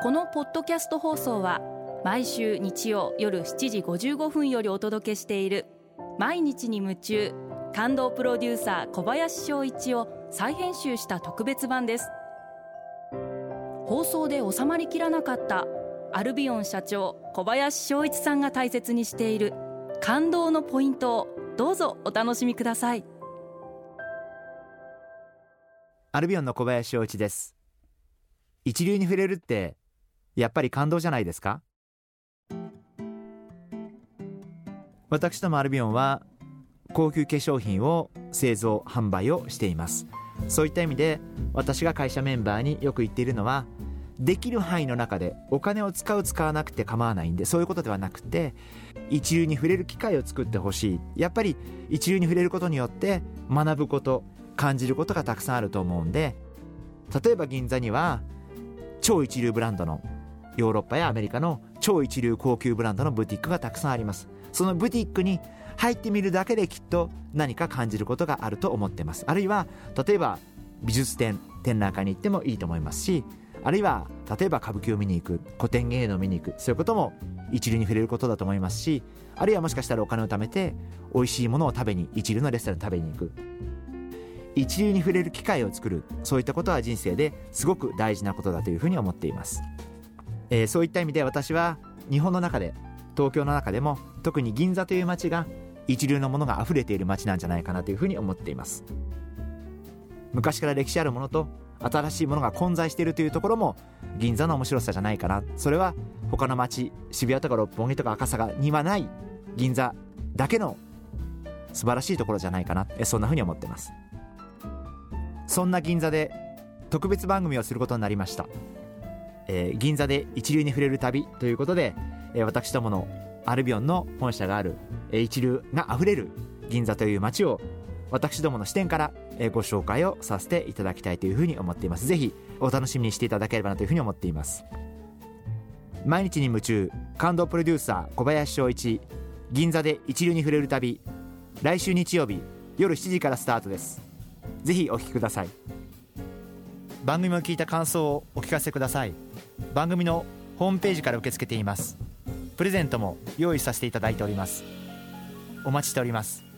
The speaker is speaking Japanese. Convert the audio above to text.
このポッドキャスト放送は毎週日曜夜7時55分よりお届けしている毎日に夢中感動プロデューサー小林翔一を再編集した特別版です。放送で収まりきらなかったアルビオン社長小林翔一さんが大切にしている感動のポイントをどうぞお楽しみください。 アルビオンの小林翔一です。一流に触れるってやっぱり感動じゃないですか。私どもアルビオンは高級化粧品を製造販売をしています。そういった意味で私が会社メンバーによく言っているのは、できる範囲の中でお金を使わなくて構わないんで、そういうことではなくて一流に触れる機会を作ってほしい。やっぱり一流に触れることによって学ぶこと、感じることがたくさんあると思うんで、例えば銀座には超一流ブランドのヨーロッパやアメリカの超一流高級ブランドのブティックがたくさんあります。そのブティックに入ってみるだけできっと何か感じることがあると思っています。あるいは例えば美術展覧会に行ってもいいと思いますし、あるいは例えば歌舞伎を見に行く、古典芸能を見に行く、そういうことも一流に触れることだと思いますし、あるいはもしかしたらお金を貯めて美味しいものを食べに一流のレストランに食べに行く、一流に触れる機会を作る、そういったことは人生ですごく大事なことだというふうに思っています。そういった意味で私は日本の中で、東京の中でも特に銀座という街が一流のものが溢れている街なんじゃないかなというふうに思っています。昔から歴史あるものと新しいものが混在しているというところも銀座の面白さじゃないかな。それは他の街、渋谷とか六本木とか赤坂にはない銀座だけの素晴らしいところじゃないかな、そんなふうに思っています。そんな銀座で特別番組をすることになりました。銀座で一流に触れる旅ということで、私どものアルビオンの本社がある一流があふれる銀座という街を私どもの視点からご紹介をさせていただきたいというふうに思っています。ぜひお楽しみにしていただければなというふうに思っています。毎日に夢中感動プロデューサー小林翔一、銀座で一流に触れる旅、来週日曜日夜7時からスタートです。ぜひお聞きください。番組を聞いた感想をお聞かせください。番組のホームページから受け付けています。プレゼントも用意させていただいております。お待ちしております。